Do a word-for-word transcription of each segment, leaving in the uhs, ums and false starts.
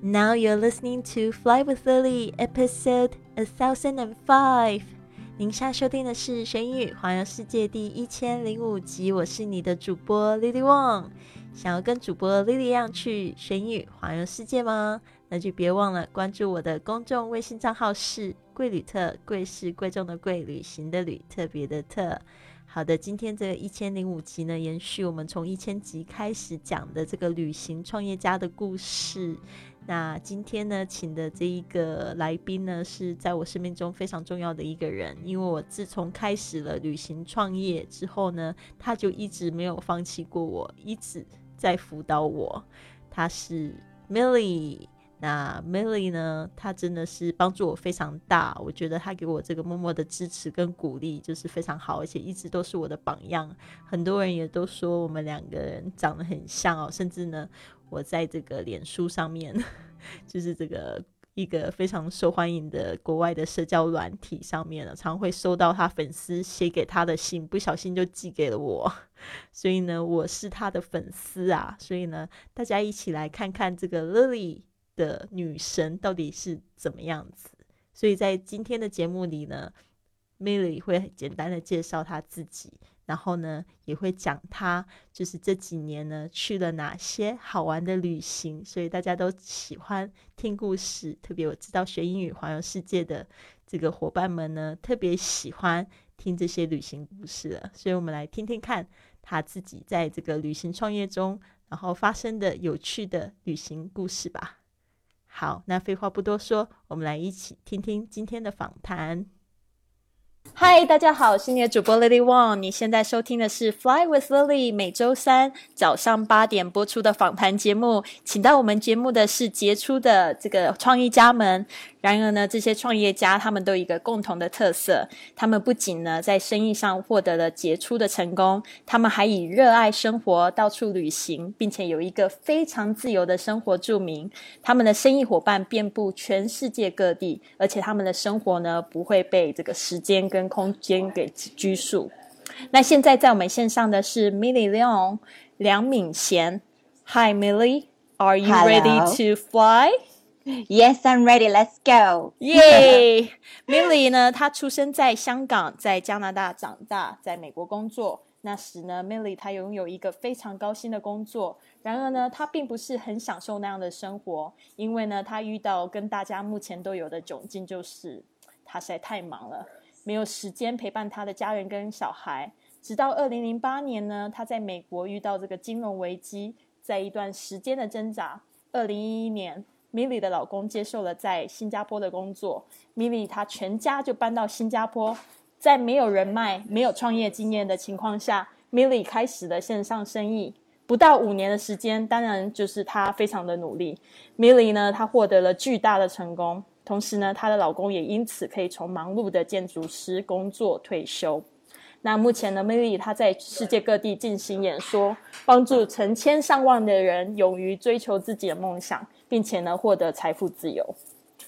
Now you're listening to Fly with Lily, episode a thousand five. 您现在收听的是学英语环游世界第一千零五集，我是你的主播 Lily Wong。想要跟主播 Lily 一样去学英语环游世界吗？那就别忘了关注我的公众微信账号是贵旅特，贵是贵重的贵，旅行的旅，特别的特。好的，今天这个一千零五集呢，延续我们从一千集开始讲的这个旅行创业家的故事。那今天呢，请的这一个来宾呢，是在我生命中非常重要的一个人，因为我自从开始了旅行创业之后呢，他就一直没有放弃过我，一直在辅导我。他是 Millie。那 Millie 呢，她真的是帮助我非常大，我觉得她给我这个默默的支持跟鼓励就是非常好，而且一直都是我的榜样。很多人也都说我们两个人长得很像哦，甚至呢我在这个脸书上面就是这个一个非常受欢迎的国外的社交软体上面呢，常会收到他粉丝写给他的信，不小心就寄给了我，所以呢我是他的粉丝啊。所以呢大家一起来看看这个 Lily的女神到底是怎么样子。所以在今天的节目里呢， Millie 会简单的介绍她自己，然后呢也会讲她就是这几年呢去了哪些好玩的旅行。所以大家都喜欢听故事，特别我知道学英语环游世界的这个伙伴们呢特别喜欢听这些旅行故事了。所以我们来听听看她自己在这个旅行创业中然后发生的有趣的旅行故事吧。好，那废话不多说，我们来一起听听今天的访谈。嗨，大家好，我是你的主播 Lily Wong。你现在收听的是 Fly with Lily 每周三早上八点播出的访谈节目。请到我们节目的是杰出的这个创业家们。然而呢，这些创业家他们都有一个共同的特色，他们不仅呢在生意上获得了杰出的成功，他们还以热爱生活到处旅行，并且有一个非常自由的生活著名。他们的生意伙伴遍布全世界各地，而且他们的生活呢不会被这个时间跟空间给拘束。那现在在我们线上的是 Millie Leong 梁敏贤。 Hi Millie, are you Hello. ready to fly? Yes, I'm ready. Let's go. Yay! Millie 呢，她出生在香港，在加拿大长大，在美国工作。那时呢 Millie 她拥有一个非常高薪的工作，然而呢她并不是很享受那样的生活，因为呢她遇到跟大家目前都有的窘境，就是她实在太忙了，没有时间陪伴她的家人跟小孩。直到二零零八年呢，她在美国遇到这个金融危机，在一段时间的挣扎，二零一一年Millie 的老公接受了在新加坡的工作， Millie 她全家就搬到新加坡。在没有人脉没有创业经验的情况下， Millie 开始了线上生意。不到五年的时间，当然就是她非常的努力， Millie 呢她获得了巨大的成功，同时呢她的老公也因此可以从忙碌的建筑师工作退休。那目前呢 Millie 她在世界各地进行演说，帮助成千上万的人勇于追求自己的梦想，并且呢获得财富自由。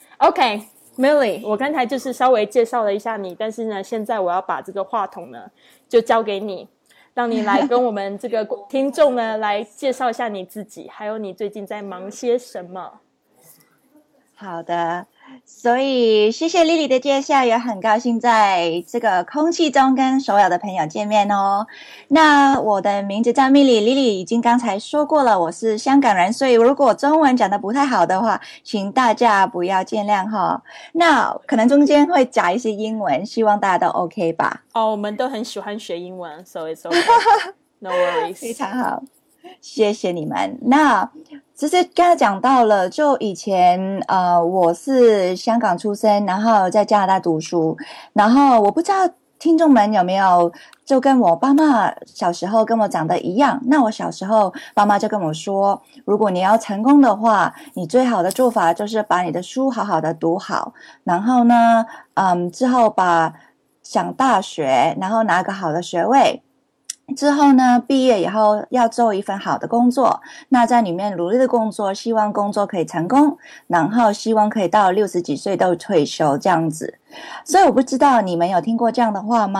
OK Millie, 我刚才就是稍微介绍了一下你，但是呢现在我要把这个话筒呢就交给你，让你来跟我们这个听众呢来介绍一下你自己，还有你最近在忙些什么。 好的，所以谢谢 Lily 的介绍，也很高兴在这个空气中跟所有的朋友见面哦。那我的名字叫 Millie， Lily 已经刚才说过了，我是香港人，所以如果中文讲得不太好的话，请大家不要见谅哈。那可能中间会加一些英文，希望大家都 OK 吧。 哦，我们都很喜欢学英文 so it's okay no worries 非常好，谢谢你们。那其实刚才讲到了，就以前呃，我是香港出生，然后在加拿大读书，然后我不知道听众们有没有就跟我爸妈小时候跟我长得一样。那我小时候爸妈就跟我说，如果你要成功的话，你最好的做法就是把你的书好好的读好，然后呢嗯，之后把上大学，然后拿个好的学位，之后呢毕业以后要做一份好的工作，那在里面努力的工作，希望工作可以成功，然后希望可以到六十几岁都退休这样子。所以我不知道你们有听过这样的话吗？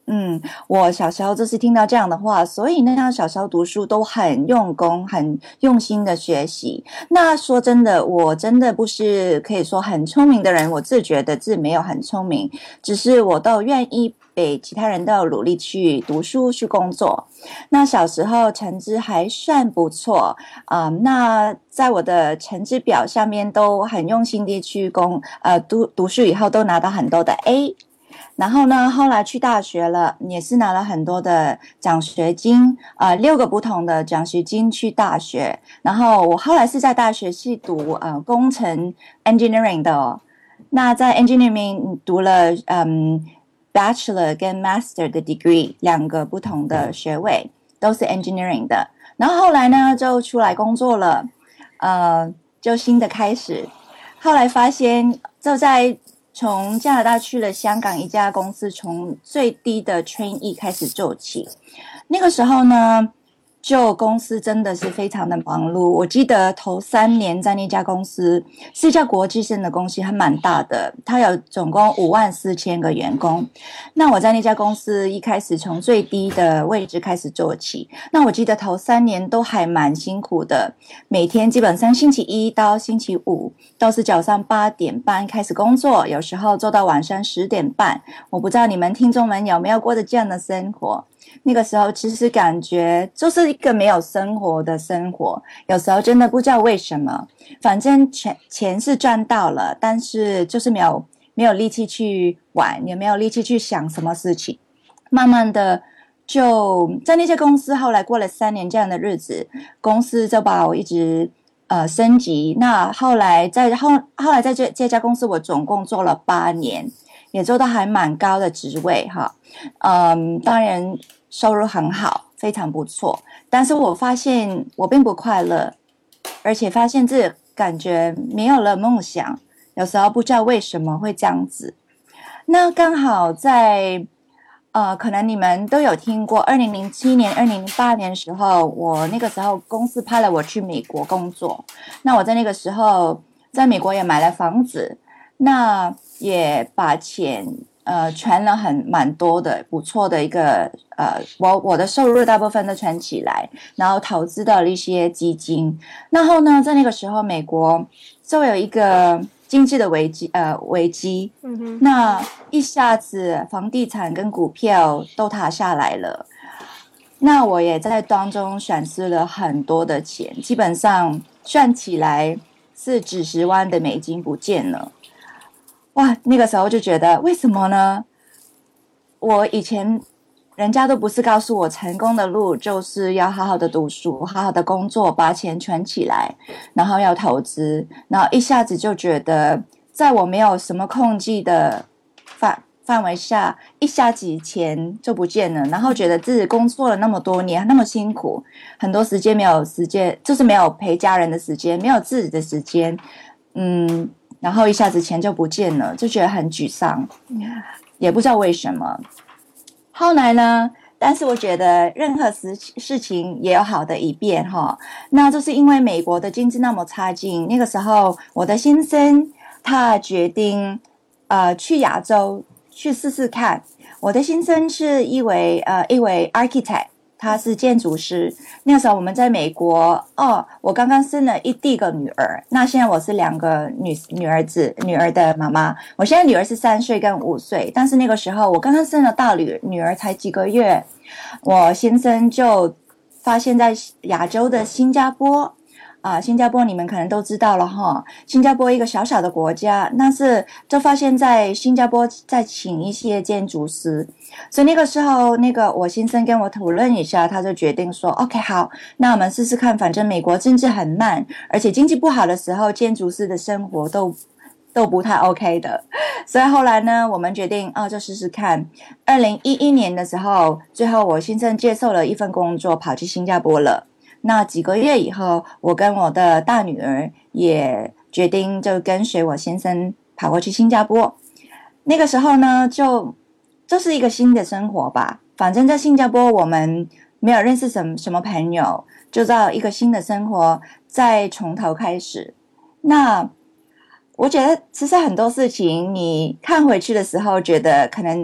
嗯，我小时候就是听到这样的话，所以呢，小时候读书都很用功、很用心的学习。那说真的，我真的不是可以说很聪明的人，我自觉得自己没有很聪明，只是我都愿意比其他人都有努力去读书、去工作。那小时候成绩还算不错啊、呃那在我的成绩表下面都很用心地去攻，呃，读读书以后都拿到很多的 A。然后呢，后来去大学了，也是拿了很多的奖学金，呃，六个不同的奖学金去大学。然后我后来是在大学去读呃工程 engineering 的哦。那在 engineering 读了嗯 bachelor 跟 master 的 degree 两个不同的学位，都是 engineering 的。然后后来呢，就出来工作了，呃，就新的开始。后来发现，就在从加拿大去了香港一家公司，从最低的 trainee 开始做起。那个时候呢，就公司真的是非常的忙碌。我记得头三年在那家公司是一家国际性的公司，还蛮大的，它有总共五万四千个员工。那我在那家公司一开始从最低的位置开始做起。那我记得头三年都还蛮辛苦的，每天基本上星期一到星期五都是早上八点半开始工作，有时候做到晚上十点半。我不知道你们听众们有没有过着这样的生活。那个时候其实感觉就是一个没有生活的生活，有时候真的不知道为什么，反正钱钱是赚到了，但是就是没有没有力气去玩，也没有力气去想什么事情。慢慢的就在那些公司，后来过了三年这样的日子，公司就把我一直呃升级。那后来在后后来在这这家公司，我总共做了八年，也做到还蛮高的职位哈。嗯，当然收入很好，非常不错。但是我发现我并不快乐，而且发现自己感觉没有了梦想，有时候不知道为什么会这样子。那刚好在呃，可能你们都有听过，二零零七年、二零零八年的时候，我那个时候公司派了我去美国工作。那我在那个时候在美国也买了房子，那也把钱呃存了很蛮多的，不错的一个呃，我我的收入大部分都存起来，然后投资到了一些基金。然后呢，在那个时候，美国就有一个经济的危机，呃，危机，嗯哼，那一下子房地产跟股票都塌下来了。那我也在当中损失了很多的钱，基本上算起来是几十万的美金不见了。哇，那个时候就觉得为什么呢？我以前人家都不是告诉我成功的路就是要好好的读书，好好的工作，把钱存起来，然后要投资，然后一下子就觉得在我没有什么控制的范范围下，一下子钱就不见了，然后觉得自己工作了那么多年，那么辛苦，很多时间没有时间，就是没有陪家人的时间，没有自己的时间，嗯。然后一下子钱就不见了，就觉得很沮丧，也不知道为什么。后来呢，但是我觉得任何事事情也有好的一面哈。那就是因为美国的经济那么差劲，那个时候我的先生他决定呃去亚洲去试试看。我的先生是一位呃一位 architect。他是建筑师。那时候我们在美国，哦，我刚刚生了一第一个女儿，那现在我是两个女女儿子，女儿的妈妈。我现在女儿是三岁跟五岁，但是那个时候我刚刚生了大女女儿才几个月，我先生就发现在亚洲的新加坡。啊，新加坡你们可能都知道了哈，新加坡一个小小的国家，但是就发现在新加坡在请一些建筑师，所以那个时候那个我先生跟我讨论一下，他就决定说 OK 好，那我们试试看，反正美国经济很慢，而且经济不好的时候，建筑师的生活都都不太 OK 的，所以后来呢，我们决定啊，就试试看。二零一一年的时候，最后我先生接受了一份工作，跑去新加坡了。那几个月以后，我跟我的大女儿也决定就跟随我先生跑过去新加坡。那个时候呢，就就是一个新的生活吧。反正在新加坡，我们没有认识什么什么朋友，就到一个新的生活，再从头开始。那我觉得其实很多事情，你看回去的时候，觉得可能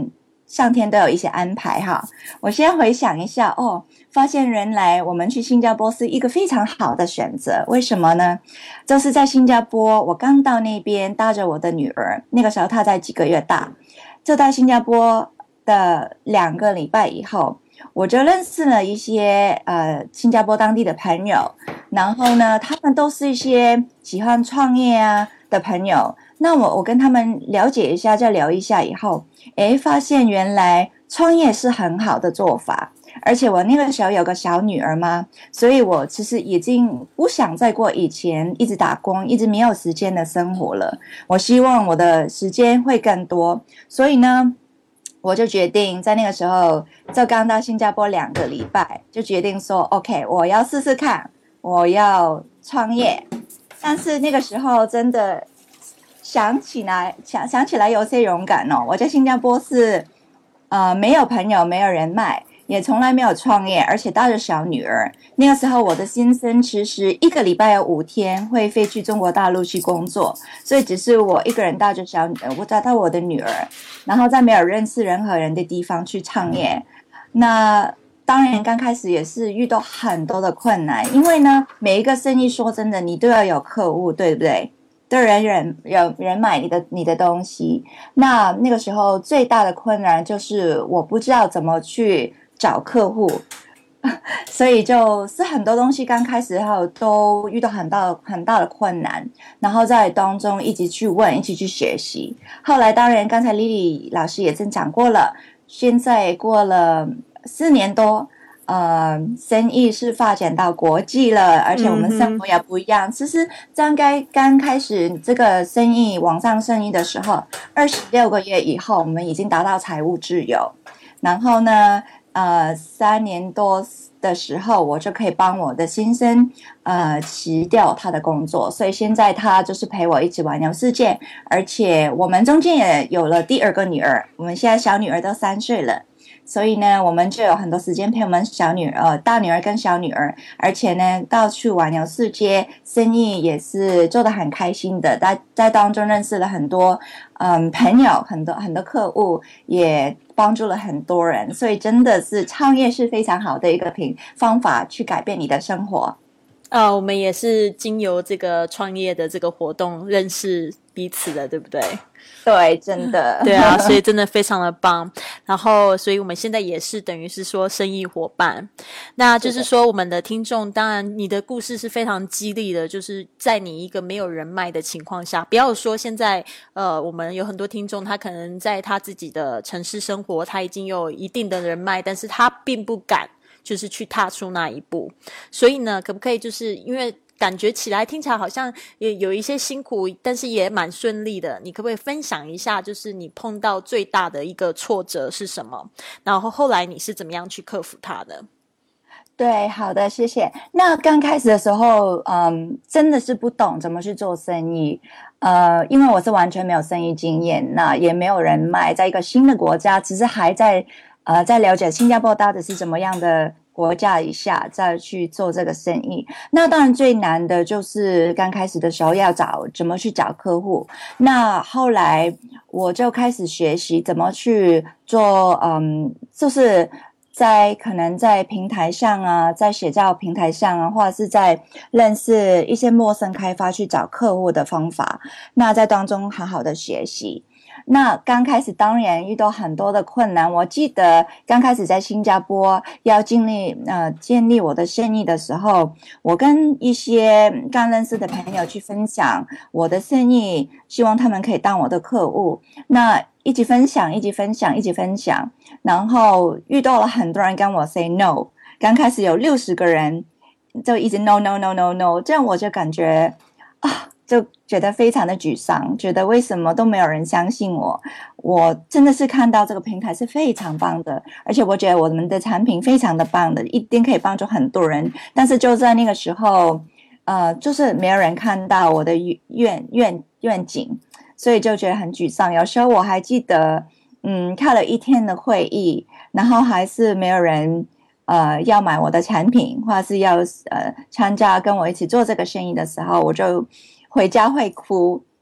上天都有一些安排哈。我先回想一下哦，发现原来我们去新加坡是一个非常好的选择。为什么呢？就是在新加坡，我刚到那边带着我的女儿，那个时候她才几个月大，就到新加坡的两个礼拜以后，我就认识了一些呃新加坡当地的朋友，然后呢，他们都是一些喜欢创业啊的朋友。那我我跟他们了解一下，再聊一下以后，诶，发现原来创业是很好的做法。而且我那个时候有个小女儿嘛，所以我其实已经不想再过以前一直打工、一直没有时间的生活了。我希望我的时间会更多，所以呢，我就决定在那个时候，就刚到新加坡两个礼拜，就决定说 ，OK， 我要试试看，我要创业。但是那个时候真的想起来，想想起来有些勇敢哦。我在新加坡是，呃，没有朋友，没有人脉，也从来没有创业，而且带着小女儿。那个时候，我的先生其实一个礼拜有五天会飞去中国大陆去工作，所以只是我一个人带着小女儿，我带到我的女儿，然后在没有认识任何人的地方去创业。那当然，刚开始也是遇到很多的困难，因为呢，每一个生意说真的，你都要有客户，对不对？都有人人有人买你的你的东西。那那个时候最大的困难就是我不知道怎么去找客户，所以就是很多东西刚开始后都遇到很大很大的困难，然后在当中一直去问，一起去学习。后来当然，刚才 Lily 老师也正讲过了，现在过了四年多。呃，生意是发展到国际了，而且我们生活也不一样。嗯、其实刚该刚开始这个生意网上生意的时候，二十六个月以后，我们已经达到财务自由。然后呢，呃，三年多的时候，我就可以帮我的先生呃辞掉他的工作，所以现在他就是陪我一起环游世界，而且我们中间也有了第二个女儿，我们现在小女儿都三岁了。所以呢，我们就有很多时间陪我们小女儿、呃、大女儿跟小女儿，而且呢，到处环游世界，生意也是做得很开心的，在在当中认识了很多嗯朋友，很多很多客户，也帮助了很多人，所以真的是创业是非常好的一个品方法，去改变你的生活。 啊，我们也是经由这个创业的这个活动认识彼此的，对不对？ 对，真的。 对啊，所以真的非常的棒。然后，所以我们现在也是等于是说生意伙伴。那就是说，我们的听众，当然你的故事是非常激励的，就是在你一个没有人脉的情况下，不要说现在呃，我们有很多听众，他可能在他自己的城市生活，他已经有一定的人脉，但是他并不敢就是去踏出那一步。所以呢，可不可以就是因为感觉起来听起来好像也有一些辛苦，但是也蛮顺利的，你可不可以分享一下就是你碰到最大的一个挫折是什么，然后后来你是怎么样去克服它的？ 对，好的，谢谢。那刚开始的时候，嗯，真的是不懂怎么去做生意，呃，因为我是完全没有生意经验，那也没有人脉，在一个新的国家，只是还在呃在了解新加坡到底是怎么样的国家以下再去做这个生意。那当然最难的就是刚开始的时候要找怎么去找客户。那后来我就开始学习怎么去做，嗯，就是在可能在平台上啊，在写照平台上啊，或者是在认识一些陌生开发去找客户的方法，那在当中好好的学习。那刚开始当然遇到很多的困难，我记得刚开始在新加坡要建立呃建立我的生意的时候，我跟一些刚认识的朋友去分享我的生意，希望他们可以当我的客户。那一起分享，一起分享，一起分享，然后遇到了很多人跟我 say no。刚开始有六十个人就一直 no no no no no， 这样我就感觉啊。就觉得非常的沮丧，觉得为什么都没有人相信我。我真的是看到这个平台是非常棒的，而且我觉得我们的产品非常的棒的，一定可以帮助很多人。但是就在那个时候呃，就是没有人看到我的愿愿愿景，所以就觉得很沮丧。有时候我还记得嗯，开了一天的会议，然后还是没有人呃要买我的产品，或者是要呃参加跟我一起做这个生意的时候，我就回家会哭，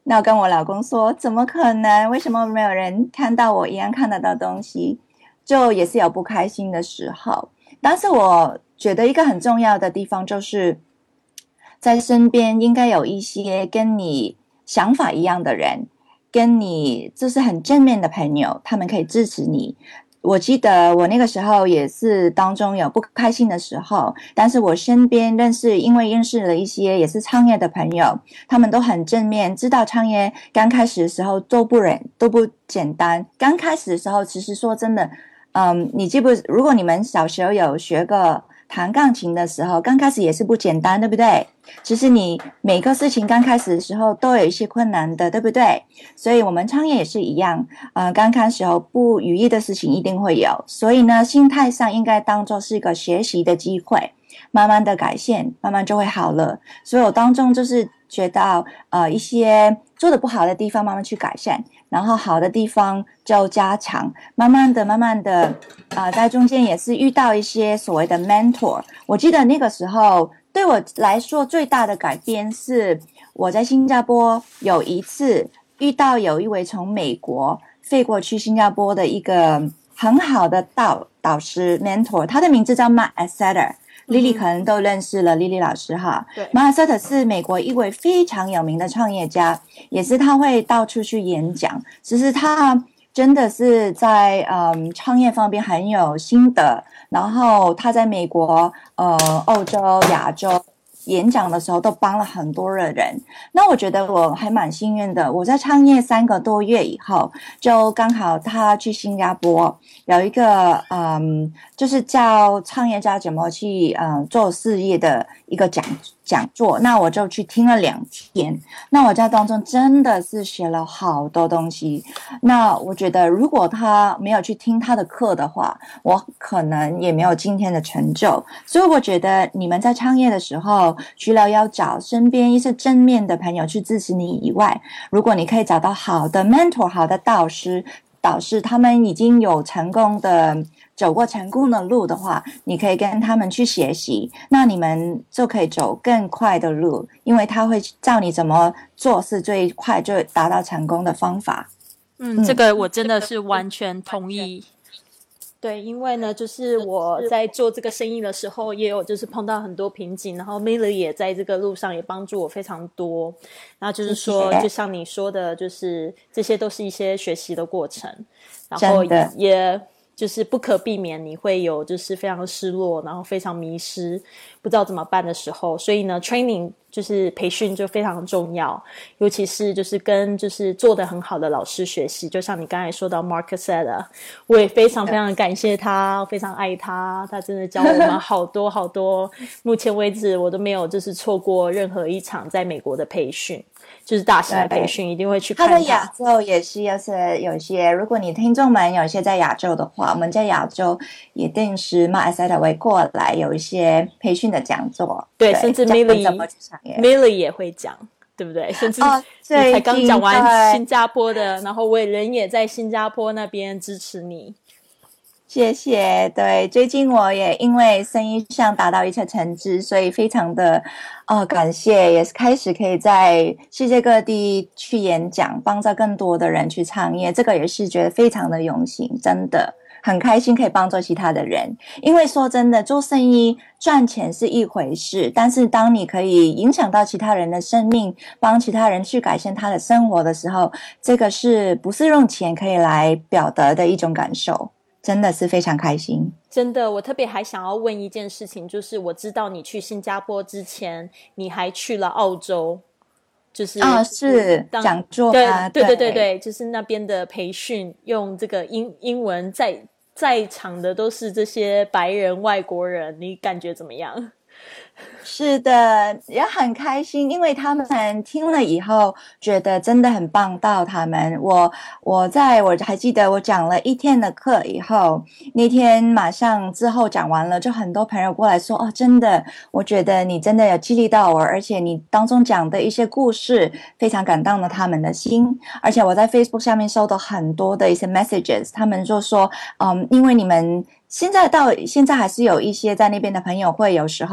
那我跟我老公说，怎么可能？为什么没有人看到我一样看得到东西？就也是有不开心的时候。但是我觉得一个很重要的地方就是在身边应该有一些跟你想法一样的人，跟你就是很正面的朋友，他们可以支持你。我记得我那个时候也是当中有不开心的时候，但是我身边认识，因为认识了一些也是创业的朋友，他们都很正面，知道创业刚开始的时候都不忍都不简单。刚开始的时候，其实说真的，嗯，你记不？如果你们小时候有学过弹钢琴的时候，刚开始也是不简单，对不对？其实你每个事情刚开始的时候都有一些困难的，对不对？所以我们创业也是一样，呃，刚开始时候不如意的事情一定会有，所以呢，心态上应该当作是一个学习的机会，慢慢的改善，慢慢就会好了。所以我当中就是觉得，呃，一些做的不好的地方慢慢去改善，然后好的地方就加强，慢慢的、慢慢的，呃，在中间也是遇到一些所谓的 mentor。我记得那个时候对我来说最大的改变是我在新加坡有一次遇到有一位从美国飞过去新加坡的一个很好的导导师 mentor， 他的名字叫 Mark Asseter。Lily 可能都认识了 Lily 老师哈。 对， Mark Asseter 是美国一位非常有名的创业家，也是他会到处去演讲。其实他真的是在嗯创业方面很有心得，然后他在美国、呃欧洲、亚洲演讲的时候都帮了很多的人。那我觉得我还蛮幸运的，我在创业三个多月以后，就刚好他去新加坡有一个嗯，就是教创业家怎么去嗯做事业的一个讲讲座，那我就去听了两天。那我在当中真的是学了好多东西。那我觉得如果他没有去听他的课的话，我可能也没有今天的成就。所以我觉得你们在创业的时候，除了要找身边一些正面的朋友去支持你以外，如果你可以找到好的 mentor、好的导师，导师他们已经有成功的走过成功的路的话，你可以跟他们去学习，那你们就可以走更快的路，因为他会教你怎么做是最快就达到成功的方法。 嗯，这个我真的是完全同意。对，因为呢，就是我在做这个生意的时候，也有就是碰到很多瓶颈，然后 Milly 也在这个路上也帮助我非常多。然后就是说，就像你说的，就是这些都是一些学习的过程，然后也就是不可避免你会有就是非常失落，然后非常迷失，不知道怎么办的时候。所以呢 training 就是培训就非常重要，尤其是就是跟就是做得很好的老师学习。就像你刚才说到 Mark Asseter， 我也非常非常感谢他，非常爱他，他真的教我们好多好多目前为止我都没有就是错过任何一场在美国的培训，就是大型的培训一定会去看他。 他在亚洲也是有些有些，如果你听众们有些在亚洲的话，我们在亚洲也定时 Mark Asseter 会过来有一些培训的讲座。 对，对，甚至 Milly Milly 也会讲，对不对？甚至哦， 你才刚讲完新加坡的，然后我也人也在新加坡那边支持你。 谢谢。对，最近我也因为生意上达到一些成绩，所以非常的呃感谢，也是开始可以在世界各地去演讲，帮助更多的人去创业，这个也是觉得非常的荣幸，真的很开心可以帮助其他的人。因为说真的，做生意赚钱是一回事，但是当你可以影响到其他人的生命，帮其他人去改善他的生活的时候，这个是不是用钱可以来表达的一种感受，真的是非常开心。 真的，我特别还想要问一件事情，就是我知道你去新加坡之前你还去了澳洲，就是啊、哦，是讲座啊， 对对对对对，就是那边的培训，用这个英英文在在场的都是这些白人外国人，你感觉怎么样？ 是的，也很开心，因为他们听了以后觉得真的很棒到他们。我我在我还记得我讲了一天的课以后，那天马上之后讲完了，就很多朋友过来说，哦，真的，我觉得你真的有激励到我，而且你当中讲的一些故事非常感动了他们的心。而且我在 Facebook 下面收到很多的一些 messages， 他们就说，嗯，因为你们现在到现在还是有一些在那边的朋友会有时候会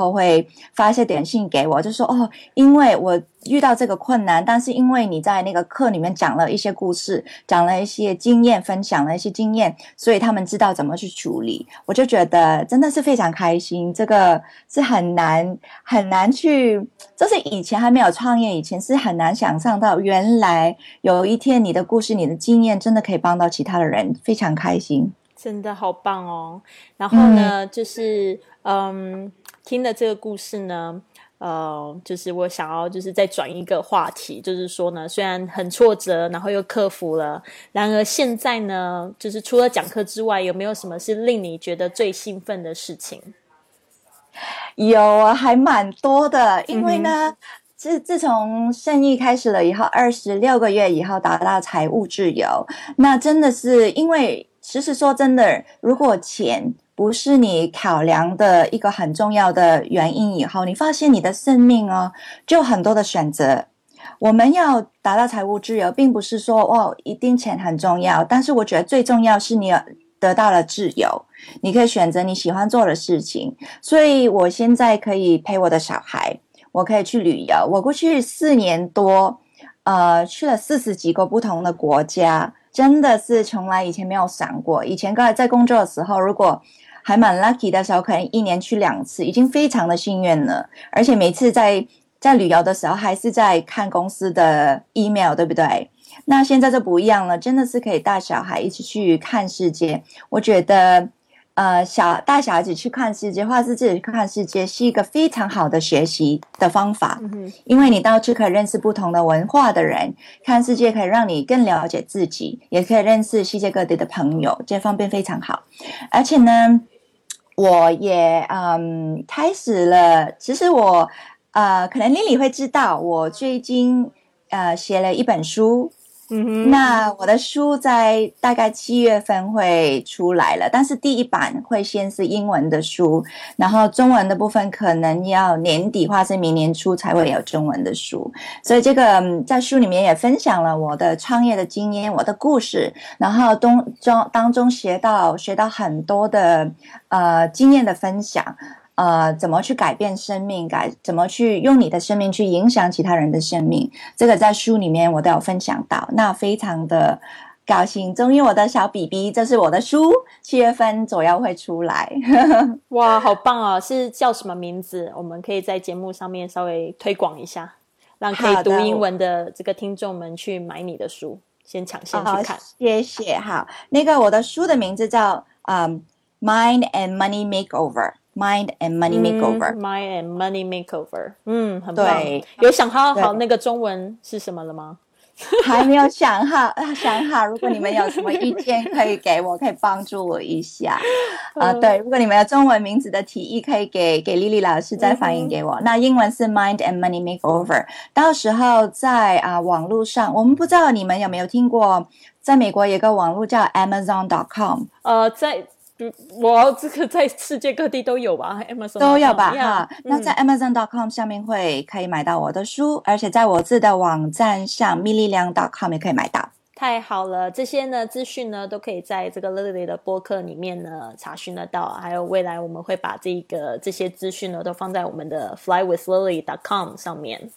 发一些短信给我，就说哦，因为我遇到这个困难，但是因为你在那个课里面讲了一些故事，讲了一些经验，分享了一些经验，所以他们知道怎么去处理。我就觉得真的是非常开心，这个是很难很难去，就是以前还没有创业以前是很难想象到，原来有一天你的故事、你的经验真的可以帮到其他的人，非常开心。 真的好棒哦！然后呢，嗯、就是嗯，听了这个故事呢，呃，就是我想要就是再转一个话题，就是说呢，虽然很挫折，然后又克服了，然而现在呢，就是除了讲课之外，有没有什么是令你觉得最兴奋的事情？ 有啊，还蛮多的，因为呢。嗯自自从生意开始了以后，二十六个月以后达到财务自由，那真的是因为其实说真的，如果钱不是你考量的一个很重要的原因以后，你发现你的生命哦，就有很多的选择。我们要达到财务自由，并不是说哦，一定钱很重要，但是我觉得最重要是你得到了自由，你可以选择你喜欢做的事情。所以我现在可以陪我的小孩。我可以去旅游，我过去四年多，呃，去了四十几个不同的国家，真的是从来以前没有想过。以前刚才在工作的时候，如果还蛮 lucky 的时候，可能一年去两次，已经非常的幸运了。而且每次在在旅游的时候，还是在看公司的 email， 对不对？那现在就不一样了，真的是可以带小孩一起去看世界。我觉得。呃，小带小孩子去看世界，或者是自己去看世界，是一个非常好的学习的方法。嗯、因为你到处可以认识不同的文化的人，看世界可以让你更了解自己，也可以认识世界各地的朋友，这方面非常好。而且呢，我也嗯开始了，其实我呃，可能 Lily 会知道，我最近呃写了一本书。嗯哼，那我的书在大概七月份会出来了，但是第一版会先是英文的书，然后中文的部分可能要年底或是明年初才会有中文的书。所以这个在书里面也分享了我的创业的经验，我的故事，然后当中当中学到学到很多的呃经验的分享。呃，怎么去改变生命，改怎么去用你的生命去影响其他人的生命，这个在书里面我都有分享到，那非常的高兴，终于我的小 B B， 这是我的书，七月份左右会出来。 哇，好棒啊！是叫什么名字？我们可以在节目上面稍微推广一下，让可以读英文的这个听众们去买你的书，先抢先去看。 谢谢。好，那个我的书的名字叫、um, Mind and Money Makeover。Mind and Money Makeover、 嗯、Mind and Money Makeover 嗯，很棒。对，有想好好那个中文是什么了吗？ 还没有想好想好，如果你们有什么意见可以给我，可以帮助我一下啊、呃。对，如果你们有中文名字的提议，可以给给 Lily 老师再反映给我、嗯、那英文是 Mind and Money Makeover， 到时候在啊、呃、网络上，我们不知道你们有没有听过，在美国有个网络叫 Amazon dot com， 呃在我这个在世界各地都有吧 Amazon 都有吧哈、嗯、那在 Amazon dot com 上面会可以买到我的书，而且在我自己的网站上 milly liang dot com 也可以买到。 太好了，这些呢资讯呢都可以在这个 Lily 的播客里面呢查询得到，还有未来我们会把这个这些资讯呢都放在我们的 fly with lily dot com 上面。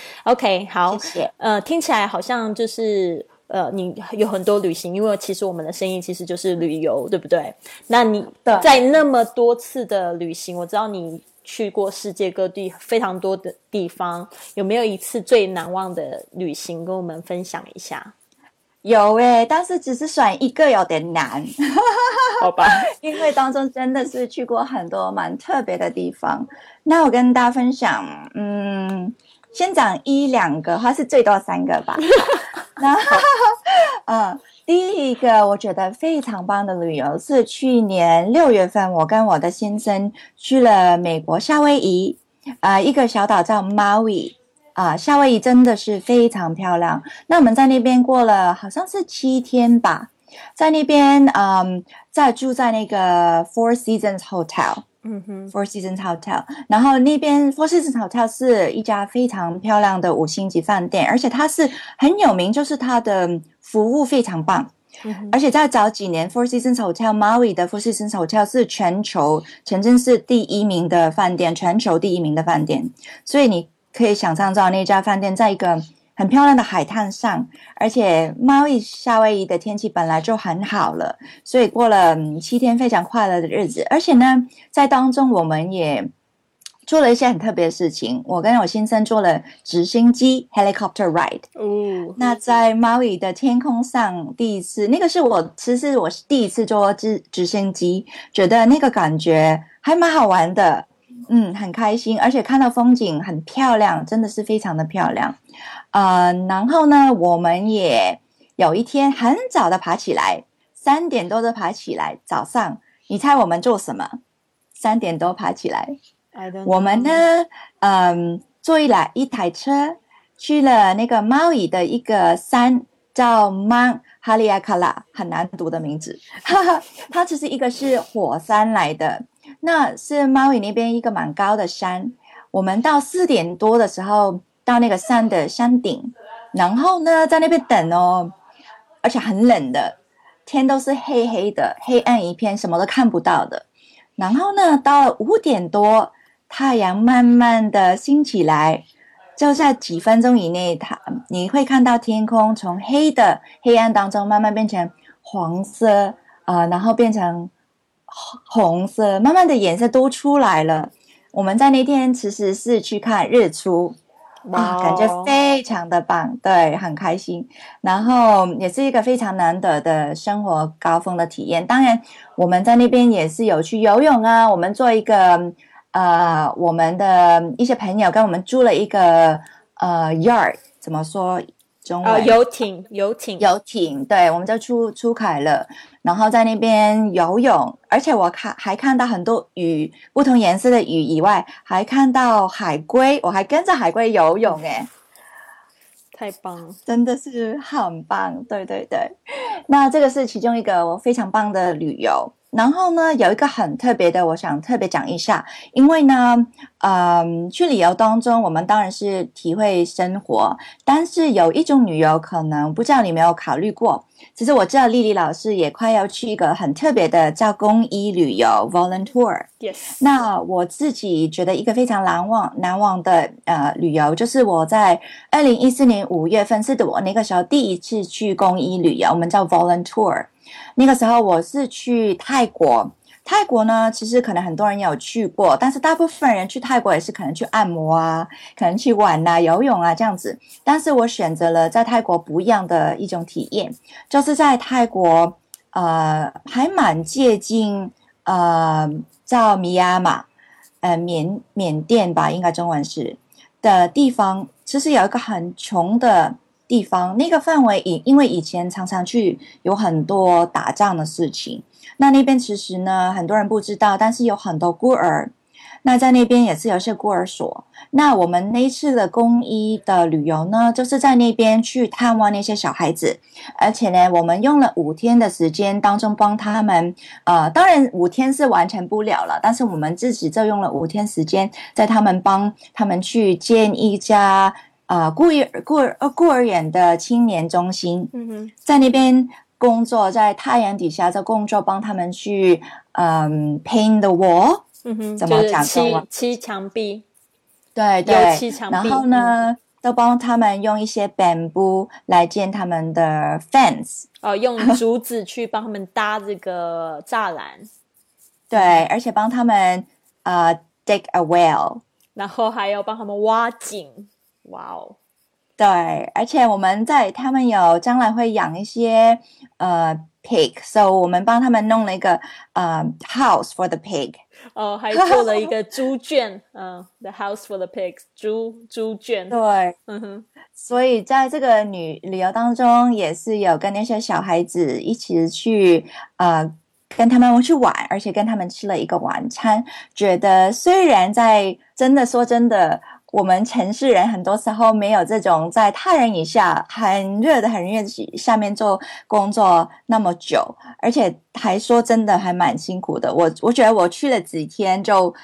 OK， 好， 谢谢。 呃，听起来好像就是呃，你有很多旅行，因为其实我们的生意其实就是旅游，对不对？那你在那么多次的旅行，我知道你去过世界各地非常多的地方，有没有一次最难忘的旅行跟我们分享一下？ 有耶，但是只是选一个有点难。 好吧， 因为当中真的是去过很多蛮特别的地方。那我跟大家分享，嗯，先讲一两个，或是最多三个吧。然后，嗯，第一个我觉得非常棒的旅游是去年六月份，我跟我的先生去了美国夏威夷，呃，一个小岛叫 Maui， 啊、呃，夏威夷真的是非常漂亮。那我们在那边过了好像是七天吧，在那边，嗯，在住在那个 Four Seasons Hotel。嗯哼 Four Seasons Hotel， 然后那边 Four Seasons Hotel 是一家非常漂亮的五星级饭店，而且它是很有名，就是它的服务非常棒。 嗯而且在早几年 Four Seasons Hotel Maui 的 Four Seasons Hotel 是全球曾经是第一名的饭店，全球第一名的饭店，所以你可以想象到那家饭店在一个很漂亮的海滩上，而且猫屿夏威夷的天气本来就很好了，所以过了、嗯、七天非常快乐的日子。而且呢，在当中我们也做了一些很特别的事情，我跟我先生做了直升机 helicopter ride。 哦， 那在马尾的天空上，第一次，那个是我其实我是第一次坐直直升机，觉得那个感觉还蛮好玩的，嗯，很开心，而且看到风景很漂亮，真的是非常的漂亮。呃，然后呢，我们也有一天很早的爬起来，三点多就爬起来，早上，你猜我们做什么？三点多爬起来。我们呢，嗯，坐一来一台车去了那个毛伊的一个山，叫 Mount Haleakala， 很难读的名字，哈哈，它其实一个是火山来的，那是毛伊那边一个蛮高的山。我们到四点多的时候到那个山的山顶，然后呢在那边等哦，而且很冷的，天都是黑黑的，黑暗一片，什么都看不到的。然后呢，到了五点多。太阳慢慢的升起来，就在几分钟以内，它你会看到天空从黑的黑暗当中慢慢变成黄色，呃，然后变成红色，慢慢的颜色都出来了。我们在那天其实是去看日出，啊，感觉非常的棒，对，很开心。然后也是一个非常难得的生活高峰的体验。当然，我们在那边也是有去游泳啊，我们做一个。呃，我们的一些朋友跟我们租了一个呃 yard， 怎么说中文？ 呃，游艇，游艇， 游艇，对，我们就出出海了，然后在那边游泳，而且我看还看到很多鱼，不同颜色的鱼以外，还看到海龟，我还跟着海龟游泳，诶， 太棒了， 真的是很棒，对对对。那这个是其中一个我非常棒的旅游。然后呢，有一个很特别的，我想特别讲一下，因为呢，嗯，去旅游当中，我们当然是体会生活，但是有一种旅游可能不知道你有没有考虑过。其实我知道丽丽老师也快要去一个很特别的叫公益旅游 volunteer。Yes。那我自己觉得一个非常难忘难忘的呃旅游，就是我在二零一四年五月份，是我那个时候第一次去公益旅游，我们叫 volunteer。那个时候我是去泰国，泰国呢，其实可能很多人有去过，但是大部分人去泰国也是可能去按摩啊，可能去玩啊、游泳啊这样子。但是我选择了在泰国不一样的一种体验，就是在泰国，呃，还蛮接近呃叫米亚马，呃缅缅甸吧，应该中文是的地方，其实有一个很穷的。地方那个范围以因为以前常常去有很多打仗的事情，那那边其实呢很多人不知道，但是有很多孤儿，那在那边也是有些孤儿所。那我们那一次的公益的旅游呢，就是在那边去探望那些小孩子，而且呢我们用了五天的时间当中帮他们，呃，当然五天是完成不了了，但是我们自己就用了五天时间在他们帮他们去建一家呃，孤儿孤儿呃孤儿院的青年中心，嗯哼，在那边工作，在太阳底下在工作，帮他们去嗯 paint the wall， 嗯哼， 怎么讲中文？ 漆漆墙壁， 对对， 油漆墙壁。 然后呢，嗯、都帮他们用一些 bamboo 来建他们的 fence， 哦，用竹子去帮他们搭这个栅栏， 对，而且帮他们呃 dig a well， 然后还要帮他们挖井。哇哦， 对，而且我们在他们有将来会养一些呃 pig， so 我们帮他们弄了一个呃 house for the pig， 哦，还做了一个猪圈，嗯，the house for the pigs， 猪猪圈， 对， 嗯哼， 所以在这个旅旅游当中，也是有跟那些小孩子一起去呃跟他们去玩，而且跟他们吃了一个晚餐，觉得虽然在真的说真的。我们城市人很多时候没有这种在太阳以下很热的很热的下面做工作那么久，而且还说真的还蛮辛苦的。我我觉得我去了几天就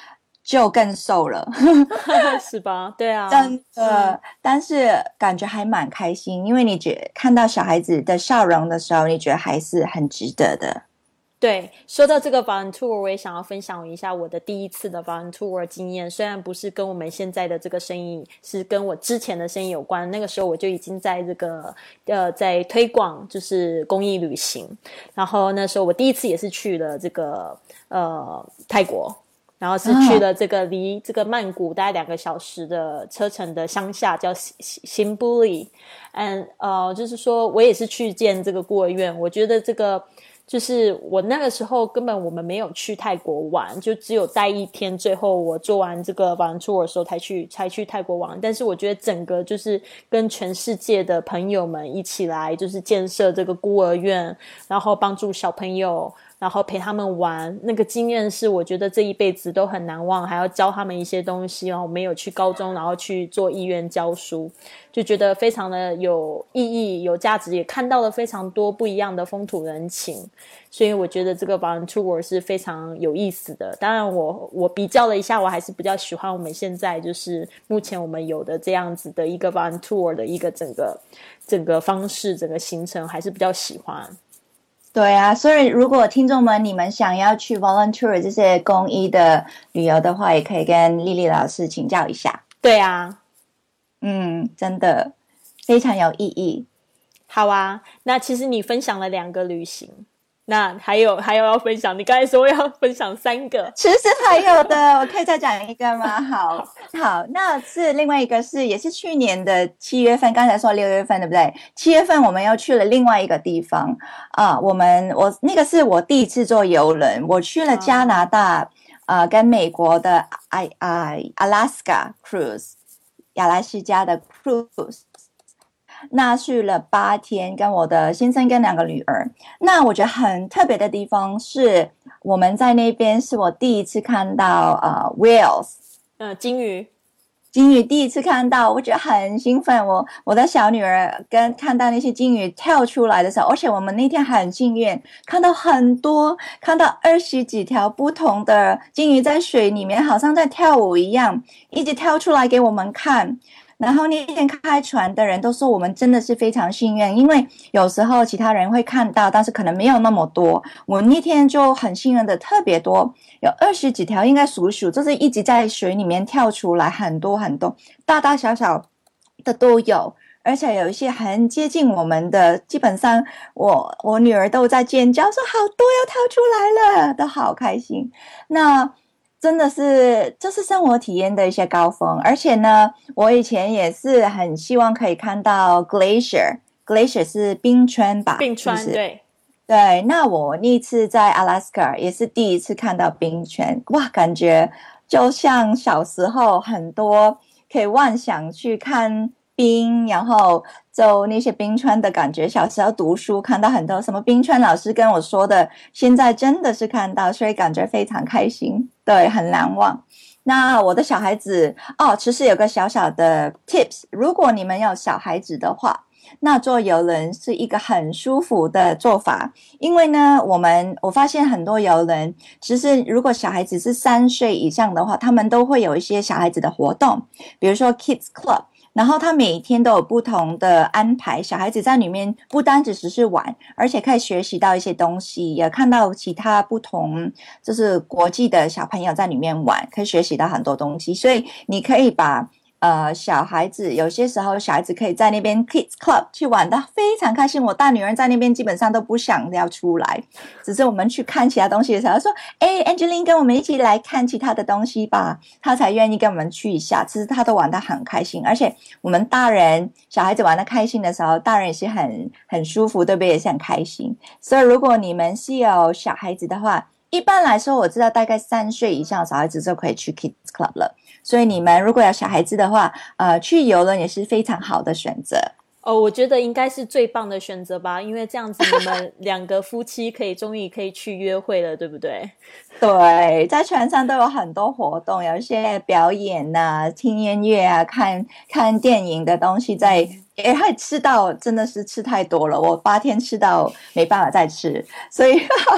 就更瘦了。 是吧？对啊， 真的，但是感觉还蛮开心，因为你觉看到小孩子的笑容的时候，你觉得还是很值得的。 对，说到这个 volunteer， 我也想要分享一下我的第一次的 volunteer 经验。虽然不是跟我们现在的这个生意，是跟我之前的生意有关。那个时候我就已经在这个呃在推广就是公益旅行。然后那时候我第一次也是去了这个呃泰国，然后是去了这个离这个曼谷大概两个小时的车程的乡下，叫新布里。嗯呃，就是说我也是去见这个孤儿院。我觉得这个。就是我那个时候根本我们没有去泰国玩，就只有待一天，最后我做完这个 volunteer 的时候才去才去泰国玩。但是我觉得整个就是跟全世界的朋友们一起来，就是建设这个孤儿院，然后帮助小朋友，然后陪他们玩，那个经验是我觉得这一辈子都很难忘，还要教他们一些东西。然后没有去高中，然后去做义院教书，就觉得非常的有意义有价值，也看到了非常多不一样的风土人情。所以我觉得这个 volunteer 是非常有意思的。当然我我比较了一下，我还是比较喜欢我们现在就是目前我们有的这样子的一个 volunteer 的一个整个整个方式，整个行程还是比较喜欢。 对啊，所以如果听众们你们想要去 volunteer 这些公益的旅游的话，也可以跟丽丽老师请教一下。 对啊， 嗯，真的非常有意义。 好啊，那其实你分享了两个旅行，那还有还有要分享，你刚才说要分享三个， 其实还有的，我可以再讲一个吗？好好，那是另外一个是也是去年的七月份，刚才说六月份对不对？七月份我们又去了另外一个地方啊，我们我那个是我第一次坐邮轮，我去了加拿大，啊、呃，跟美国的 I I Alaska Cruise， 阿拉斯加的 Cruise。那去了八天，跟我的先生跟两个女儿。那我觉得很特别的地方是，我们在那边是我第一次看到呃 whales， 嗯，金鱼， 金鱼第一次看到，我觉得很兴奋。我我的小女儿跟看到那些金鱼跳出来的时候，而且我们那天很幸运，看到很多，看到二十几条不同的金鱼在水里面，好像在跳舞一样，一直跳出来给我们看。然后那天开船的人都说我们真的是非常幸运，因为有时候其他人会看到，但是可能没有那么多。我那天就很幸运的特别多，有二十几条，应该数数，就是一直在水里面跳出来，很多很多，大大小小的都有。而且有一些很接近我们的，基本上我我女儿都在尖叫，说好多要跳出来了，都好开心。那真的是这是生活体验的一些高峰，而且呢，我以前也是很希望可以看到 glacier， glacier 是冰川吧？ 冰川， 是不是？ 对对，那我那次在 Alaska 也是第一次看到冰川，哇，感觉就像小时候很多可以妄想去看冰，然后就那些冰川的感觉。小时候读书看到很多什么冰川，老师跟我说的，现在真的是看到，所以感觉非常开心，对，很难忘。那我的小孩子哦，其实有个小小的 tips， 如果你们有小孩子的话，那坐邮轮是一个很舒服的做法，因为呢，我们我发现很多邮轮，其实如果小孩子是三岁以上的话，他们都会有一些小孩子的活动，比如说 Kids Club。然后他每一天都有不同的安排，小孩子在里面不单只是玩，而且可以学习到一些东西，也看到其他不同就是国际的小朋友在里面玩，可以学习到很多东西。所以你可以把呃小孩子，有些时候小孩子可以在那边 Kids Club 去玩的非常开心。我大女儿在那边基本上都不想要出来，只是我们去看其他东西的时候说，诶 Angeline 跟我们一起来看其他的东西吧，她才愿意跟我们去一下。其实她都玩得很开心，而且我们大人小孩子玩得开心的时候，大人也是很很舒服，对不对？也是很开心。所以如果你们是有小孩子的话，一般来说我知道大概三岁以上的小孩子就可以去 Kids Club 了，所以你们如果有小孩子的话，呃，去游轮也是非常好的选择。 哦，我觉得应该是最棒的选择吧，因为这样子你们两个夫妻可以终于可以去约会了，对不对？ 对，在船上都有很多活动，有一些表演啊，听音乐啊，看看电影的东西在，也会吃到，真的是吃太多了，我八天吃到没办法再吃，所以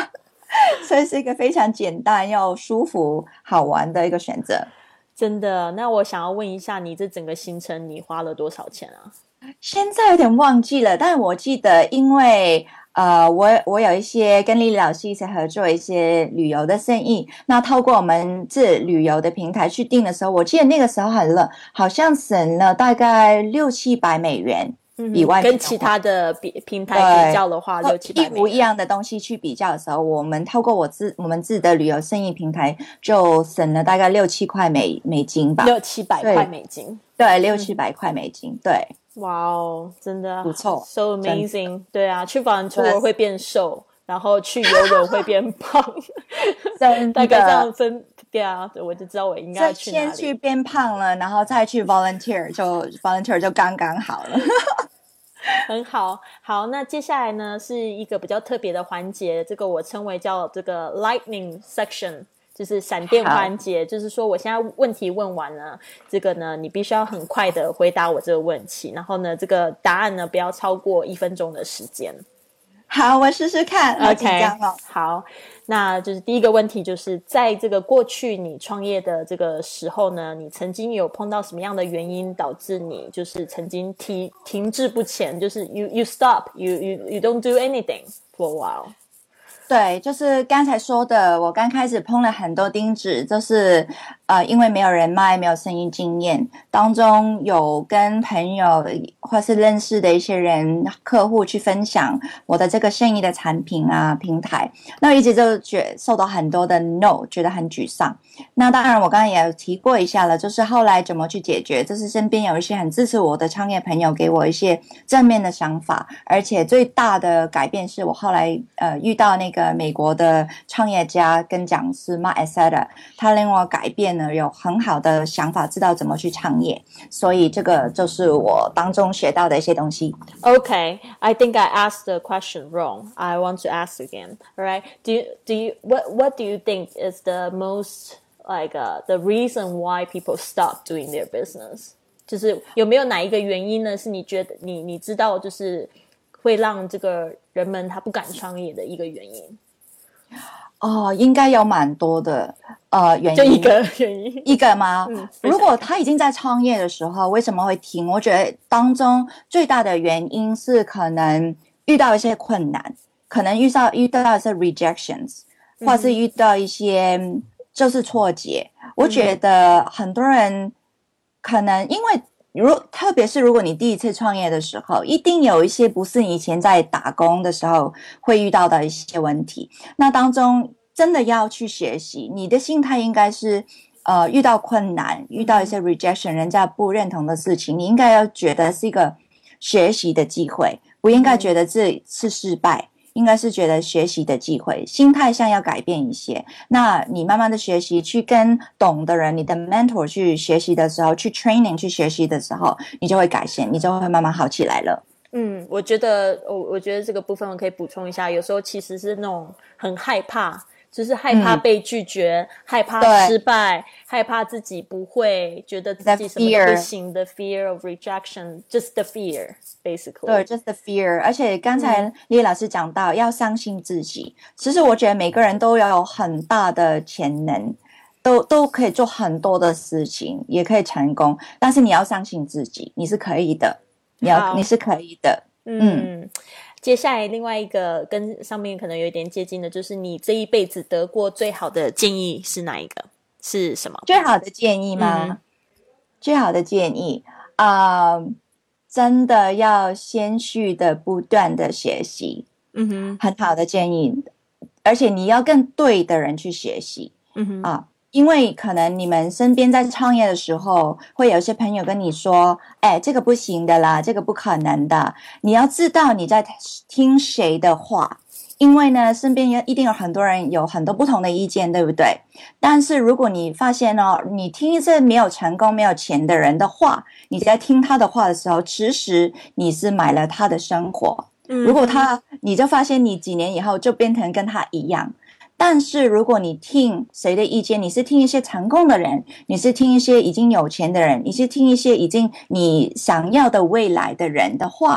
所以是一个非常简单又舒服好玩的一个选择。 真的。那我想要问一下，你这整个行程你花了多少钱啊？ 现在有点忘记了，但我记得因为呃，我我有一些跟丽丽老师一起合作一些旅游的生意，那透过我们这旅游的平台去订的时候，我记得那个时候很热，好像省了大概六七百美元。比外、 嗯、跟其他的比平台比较的话，六七百美元一模一样的东西去比较的时候，我们透过我自我们自己的旅游生意平台就省了大概六七块美美金吧， 六七百块美金， 对，六七百块美金，对。 哇哦，真的不错 ，so amazing。对啊，去volunteer会变瘦，然后去游轮会变胖，大概这样分。对啊，我就知道我应该去哪里。 先去变胖了，然后再去 volunteer， 就 volunteer 就刚刚好了。 很好，好，那接下来呢是一个比较特别的环节，这个我称为叫这个 lightning section。就是闪电环节，就是说我现在问题问完了，这个呢你必须要很快的回答我这个问题，然后呢这个答案呢不要超过一分钟的时间。 好，我试试看。好紧张哦。 Okay, 好，那就是第一个问题，就是在这个过去你创业的这个时候呢，你曾经有碰到什么样的原因导致你就是曾经停停滞不前，就是 you you stop you you you don't do anything for a while。 对，就是刚才说的，我刚开始碰了很多钉子，就是呃，因为没有人脉，没有生意经验，当中有跟朋友或是认识的一些人、客户去分享我的这个生意的产品啊、平台，那一直就觉受到很多的 no， 觉得很沮丧。那当然，我刚刚也有提过一下了，就是后来怎么去解决，就是身边有一些很支持我的创业朋友，给我一些正面的想法，而且最大的改变是我后来呃遇到那个美国的创业家跟讲师 Mark Asada， 他令我改变了，有很好的想法，知道怎么去创业，所以这个就是我当中学到的一些东西。 Okay, I think I asked the question wrong. I want to ask again. All right. Do you, do you, what, what do you think is the most like uh, the reason why people stop doing their business? 就是有没有哪一个原因呢？是你觉得你你知道就是会让这个人们他不敢创业的一个原因？ 哦，应该有蛮多的呃原因， 就一个原因， 一个吗？ 嗯， 如果他已经在创业的时候，为什么会停？我觉得当中最大的原因是可能遇到一些困难，可能遇到遇到一些 rejections， 或是遇到一些就是挫折。嗯、我觉得很多人可能因为。如特别是如果你第一次创业的时候，一定有一些不是你以前在打工的时候会遇到的一些问题。那当中真的要去学习，你的心态应该是，呃，遇到困难，遇到一些 rejection， 人家不认同的事情，你应该要觉得是一个学习的机会，不应该觉得这是失败。应该是觉得学习的机会，心态上要改变一些。那你慢慢的学习，去跟懂的人，你的 mentor 去学习的时候，去 training 去学习的时候，你就会改善，你就会慢慢好起来了。 嗯，我觉得我我觉得这个部分我可以补充一下，有时候其实是那种很害怕。就是害怕被拒绝、嗯、害怕失败，害怕自己不会，觉得自己什么都不行的 fear of rejection, just the fear, basically. 对 just the fear. 而且刚才李老师讲到、嗯、要相信自己，其实我觉得每个人都有很大的潜能，都都可以做很多的事情，也可以成功，但是你要相信自己，你是可以的，你要你是可以的。 嗯。嗯，接下来另外一个跟上面可能有一点接近的，就是你这一辈子得过最好的建议是哪一个？是什么？ 最好的建议吗？嗯、最好的建议啊、呃，真的要先续的不断的学习。 嗯哼， 很好的建议，而且你要跟对的人去学习。 嗯哼啊。因为可能你们身边在创业的时候，会有些朋友跟你说，哎，这个不行的啦，这个不可能的。你要知道你在听谁的话，因为呢，身边一定有很多人有很多不同的意见，对不对？但是如果你发现哦，你听一些没有成功、没有钱的人的话，你在听他的话的时候，其实你是买了他的生活。 嗯， 如果他，你就发现你几年以后就变成跟他一样。但是如果你听谁的意见，你是听一些成功的人，你是听一些已经有钱的人，你是听一些已经你想要的未来的人的话，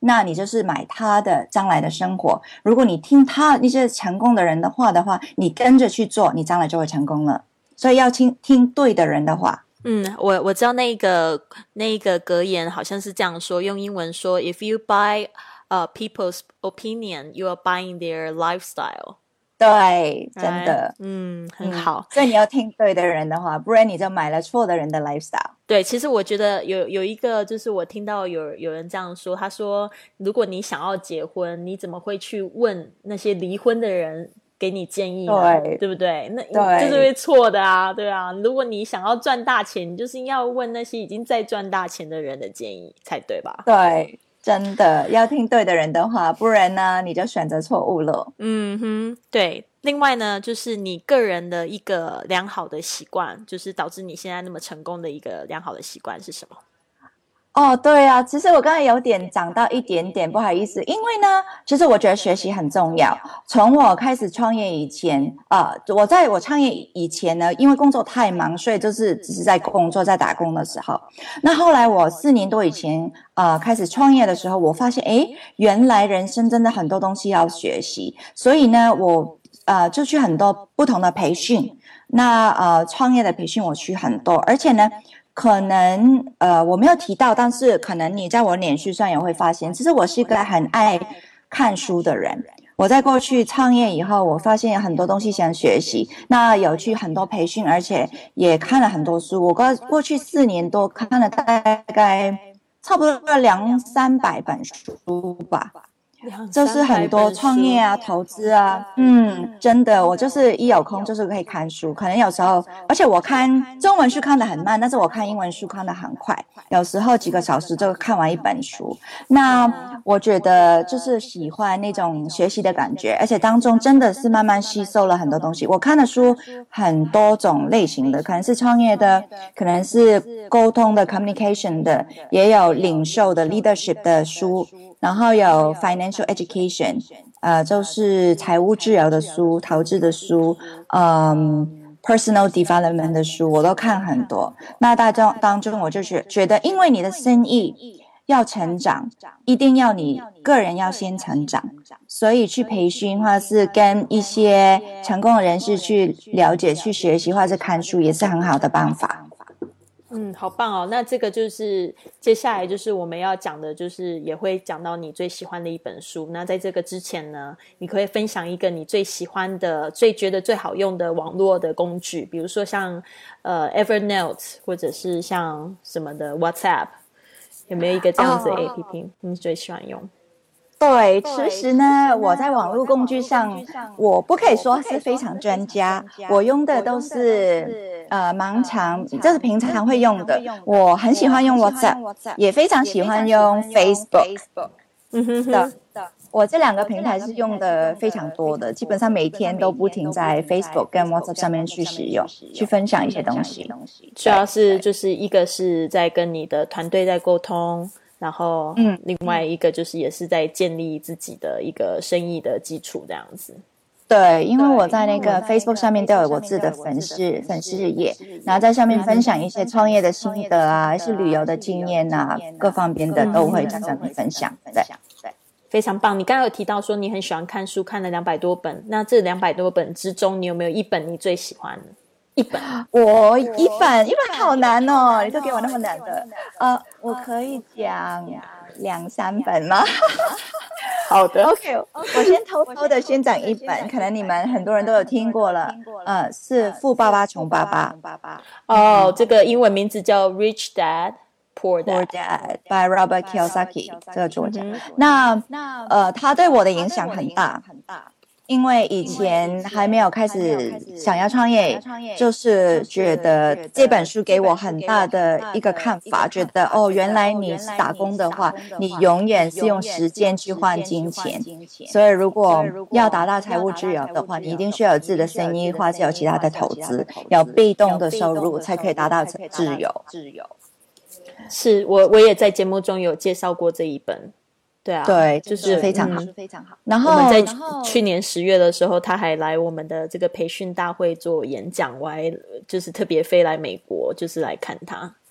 那你就是买他的将来的生活。如果你听他那些成功的人的话的话，你跟着去做，你将来就会成功了。所以要听听对的人的话。 嗯，我我知道那个那个格言好像是这样说，用英文说 ，If you buy uh people's opinion, you are buying their lifestyle。 对，真的， 嗯，很好、 嗯。所以你要听对的人的话，不然你就买了错的人的 lifestyle。 对，其实我觉得有有一个，就是我听到有有人这样说，他说，如果你想要结婚，你怎么会去问那些离婚的人给你建议呢？对，对不对？那就是会错的啊，对啊。如果你想要赚大钱，你就是要问那些已经在赚大钱的人的建议才对吧？ 对。真的要听对的人的话，不然呢你就选择错误了。 嗯哼，对。另外呢，就是你个人的一个良好的习惯，就是导致你现在那么成功的一个良好的习惯是什么？ 哦，对啊，其实我刚才有点讲到一点点，不好意思，因为呢，其实我觉得学习很重要。从我开始创业以前，啊、呃，我在我创业以前呢，因为工作太忙，所以就是只是在工作，在打工的时候。那后来我四年多以前，呃，开始创业的时候，我发现，诶，原来人生真的很多东西要学习，所以呢，我呃就去很多不同的培训。那呃，创业的培训我去很多，而且呢。可能呃我没有提到，但是可能你在我脸书上也会发现，其实我是一个很爱看书的人。我在过去创业以后，我发现有很多东西想学习，那有去很多培训，而且也看了很多书。我过过去四年多看了大概差不多两三百本书吧。就是很多创业啊投资啊，嗯，真的我就是一有空就是可以看书，可能有时候而且我看中文书看得很慢，但是我看英文书看得很快，有时候几个小时就看完一本书。那我觉得就是喜欢那种学习的感觉，而且当中真的是慢慢吸收了很多东西。我看的书很多种类型的，可能是创业的，可能是沟通的 communication 的，也有领袖的 leadership 的书，然后有 financial education， 呃，就是财务自由的书、投资的书，嗯 ，personal development 的书，我都看很多。那大中当中，我就觉觉得，因为你的生意要成长，一定要你个人要先成长，所以去培训或者是跟一些成功的人士去了解、去学习，或者是看书，也是很好的办法。 嗯，好棒哦！那这个就是接下来就是我们要讲的，就是也会讲到你最喜欢的一本书。那在这个之前呢，你可以分享一个你最喜欢的、最觉得最好用的网络的工具，比如说像呃 Evernote 或者是像什么的 WhatsApp， 有没有一个这样子的 A P P、oh. 你最喜欢用？ 对，其实呢，我在网络工具上，我不可以说是非常专家，我用的都是呃蛮常，这是平常会用的。我很喜欢用 WhatsApp， 也非常喜欢用 Facebook。嗯哼哼，我这两个平台是用的非常多的，基本上每天都不停在 Facebook 跟 WhatsApp 上面去使用，去分享一些东西。 主要是就是一个是在跟你的团队在沟通。然后，嗯，另外一个就是也是在建立自己的一个生意的基础，这样子。 对，因为我在那个 Facebook 上面都有我自己的粉丝粉丝页，然后在上面分享一些创业的心得啊，还是旅游的经验啊，各方面的都会在上面分享。对对， 非常棒。你刚刚有提到说你很喜欢看书，看了两百多本，那这两百多本之中，你有没有一本你最喜欢的？一本， 我一本一本好难哦，你都给我那么难的。呃，我可以讲两三本吗？ 好的 ，OK， 我先偷偷的先讲一本，可能你们很多人都有听过了，呃，是《富爸爸穷爸爸》。 哦，这个英文名字叫 Rich Dad Poor Dad, Poor Dad by Robert Kiyosaki 这个作家。嗯、那呃，他对我的影响很大。因为以前还没有开始想要创业，就是觉得这本书给我很大的一个看法，觉得哦，原来你是打工的话，你永远是用时间去换金钱，所以如果要达到财务自由的话，你一定需要有自己的生意，或者有其他的投资，有被动的收入，才可以达到自由。 是我我也在节目中有介绍过这一本。对啊， 对，就是非常好，嗯、非常好。然后我们在去年十月的时候，他还来我们的这个培训大会做演讲，我还就是特别飞来美国，就是来看他。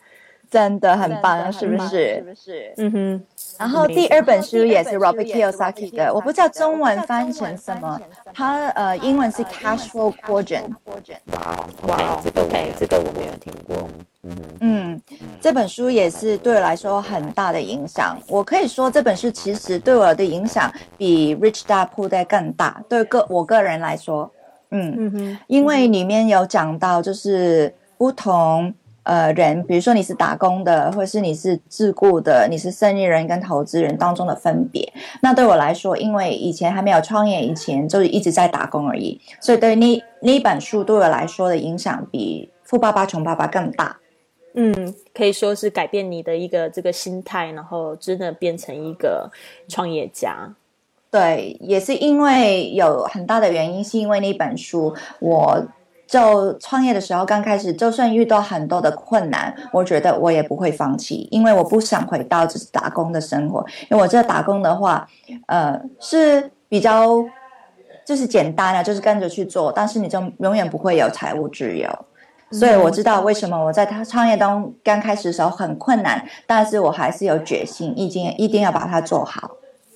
真的很棒，是不是？是不是？ 嗯哼。 然后第二本书也是 Robert Kiyosaki 的，我不知道中文翻译成什么，它呃英文是 Cash Flow Quadrant。 哇哇，这个我这个我没有听过。嗯嗯，这本书也是对我来说很大的影响。我可以说这本书其实对我的影响比 Rich Dad Poor Dad 更大，对个我个人来说，嗯嗯哼，因为里面有讲到就是不同。呃，人，比如说你是打工的，或者是你是自雇的，你是生意人跟投资人当中的分别。那对我来说，因为以前还没有创业以前，就是一直在打工而已，所以对那那一本书对我来说的影响比《富爸爸穷爸爸》更大。 嗯，可以说是改变你的一个这个心态，然后真的变成一个创业家。 对，也是因为有很大的原因，是因为那本书我。就创业的时候刚开始，就算遇到很多的困难，我觉得我也不会放弃，因为我不想回到就是打工的生活。因为我这打工的话，呃，是比较就是简单的，就是跟着去做，但是你就永远不会有财务自由。所以我知道为什么我在他创业中刚开始的时候很困难，但是我还是有决心，一定一定要把它做好。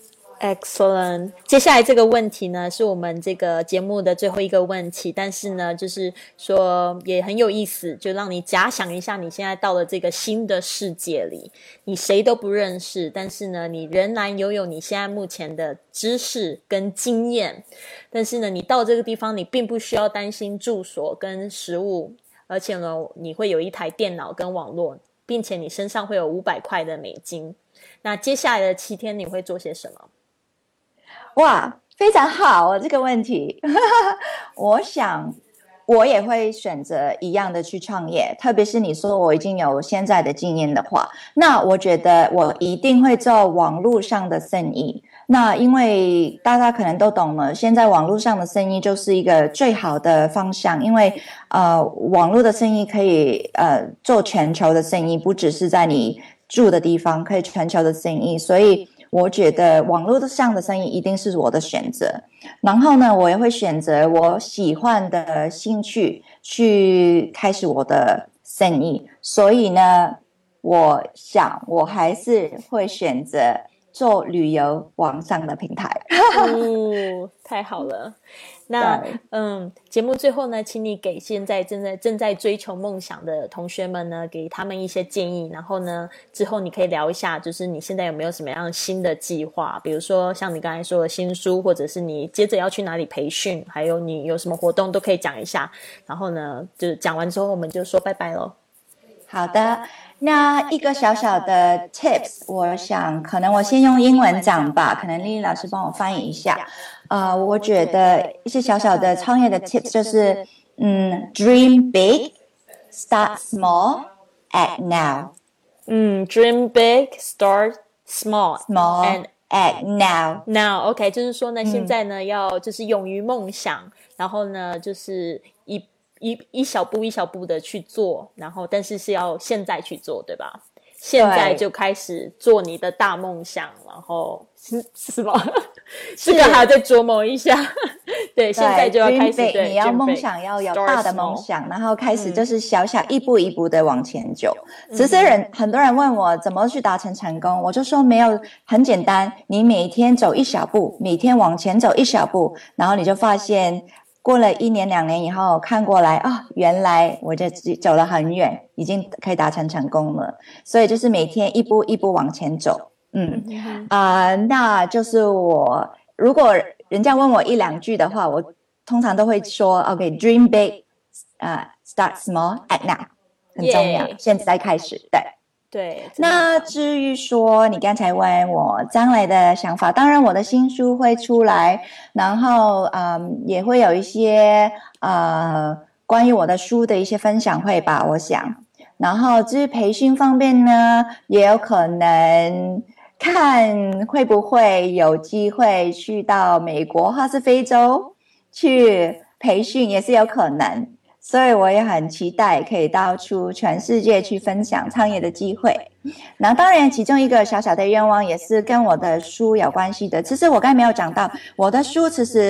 Excellent。接下来这个问题呢，是我们这个节目的最后一个问题，但是呢，就是说也很有意思，就让你假想一下，你现在到了这个新的世界里，你谁都不认识，但是呢，你仍然拥有你现在目前的知识跟经验，但是呢，你到这个地方，你并不需要担心住所跟食物，而且呢，你会有一台电脑跟网络，并且你身上会有五百块的美金。那接下来的七天你会做些什么？ 哇，非常好哦，这个问题。我想我也会选择一样的去创业，特别是你说我已经有现在的经验的话，那我觉得我一定会做网络上的生意。那因为大家可能都懂了，现在网络上的生意就是一个最好的方向，因为呃，网络的生意可以呃做全球的生意，不只是在你住的地方，可以全球的生意，所以我觉得网络上的生意一定是我的选择。然后呢，我也会选择我喜欢的兴趣去开始我的生意。所以呢，我想我还是会选择做旅游网上的平台。 哦，太好了。那嗯，节目最后呢，请你给现在正在正在追求梦想的同学们呢，给他们一些建议。然后呢，之后你可以聊一下，就是你现在有没有什么样新的计划？比如说像你刚才说的新书，或者是你接着要去哪里培训，还有你有什么活动都可以讲一下。然后呢，就是讲完之后我们就说拜拜咯。 好的，那一个小小的 tips， 我想可能我先用英文讲吧，可能丽丽老师帮我翻译一下。呃，我觉得一些小小的创业的 tips 就是，嗯 ，dream big, start small, act now。 嗯 ，dream big, start small, small, and act now. Now, OK， 就是说呢，嗯、现在呢要就是勇于梦想，然后呢就是一一一小步一小步的去做，然后但是是要现在去做，对吧？现在就开始做你的大梦想，然后是是吗？这个还要再琢磨一下。对，现在就要开始。对， 你要梦想要有大的梦想，然后开始就是小小一步一步的往前走。嗯、其实人很多人问我怎么去达成成功，我就说没有，很简单，你每天走一小步，每天往前走一小步，然后你就发现。过了一年两年以后看过来啊、哦，原来我就走了很远，已经可以达成成功了。所以就是每天一步一步往前走。嗯啊、呃，那就是我如果人家问我一两句的话，我通常都会说 OK，dream big， 啊、uh, ，start small，act now， 很重要， yeah. 现在开始，对。 对， 那至于说你刚才问我将来的想法，当然我的新书会出来，然后嗯也会有一些呃关于我的书的一些分享会吧，我想。然后至于培训方面呢，也有可能看会不会有机会去到美国或是非洲去培训，也是有可能。所以我也很期待可以到处全世界去分享创业的机会。那当然其中一个小小的愿望也是跟我的书有关系的。其实我刚才没有讲到，我的书其实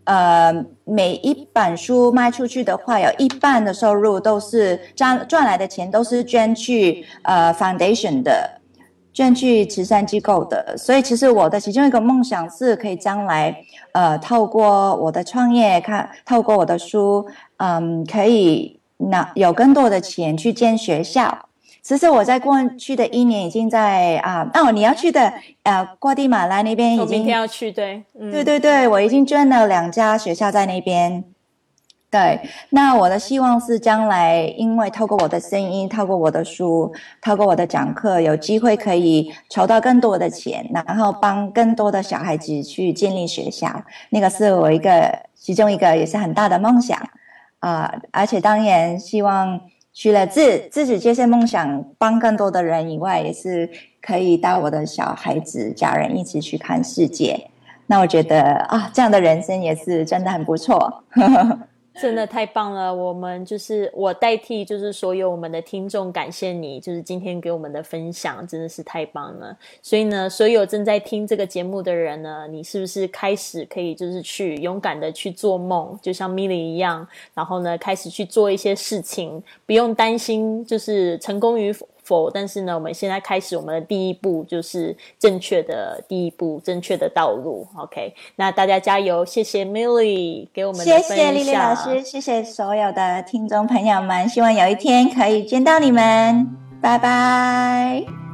呃，每一本书卖出去的话，有一半的收入都是赚赚来的钱都是捐去呃 foundation 的，捐去慈善机构的。所以其实我的其中一个梦想是可以将来呃透过我的创业，看透过我的书，嗯，可以拿有更多的钱去建学校。其实我在过去的一年已经在啊，哦，你要去的呃，瓜地马拉那边已经， 我明天要去，对， 嗯，对对对，我已经捐了两家学校在那边。对，那我的希望是将来，因为透过我的声音，透过我的书，透过我的讲课，有机会可以筹到更多的钱，然后帮更多的小孩子去建立学校。那个是我一个其中一个也是很大的梦想啊、呃，而且当然希望。除了自自己这些梦想帮更多的人以外，也是可以带我的小孩子家人一起去看世界。那我觉得啊，这样的人生也是真的很不错。 真的太棒了，我们就是我代替就是所有我们的听众感谢你，就是今天给我们的分享真的是太棒了。所以呢，所有正在听这个节目的人呢，你是不是开始可以就是去勇敢的去做梦，就像 Millie 一样，然后呢开始去做一些事情，不用担心就是成功与否，但是呢我们现在开始我们的第一步就是正确的第一步，正确的道路。 OK， 那大家加油，谢谢 Millie 给我们的分享。 谢谢丽丽老师，谢谢所有的听众朋友们，希望有一天可以见到你们，拜拜。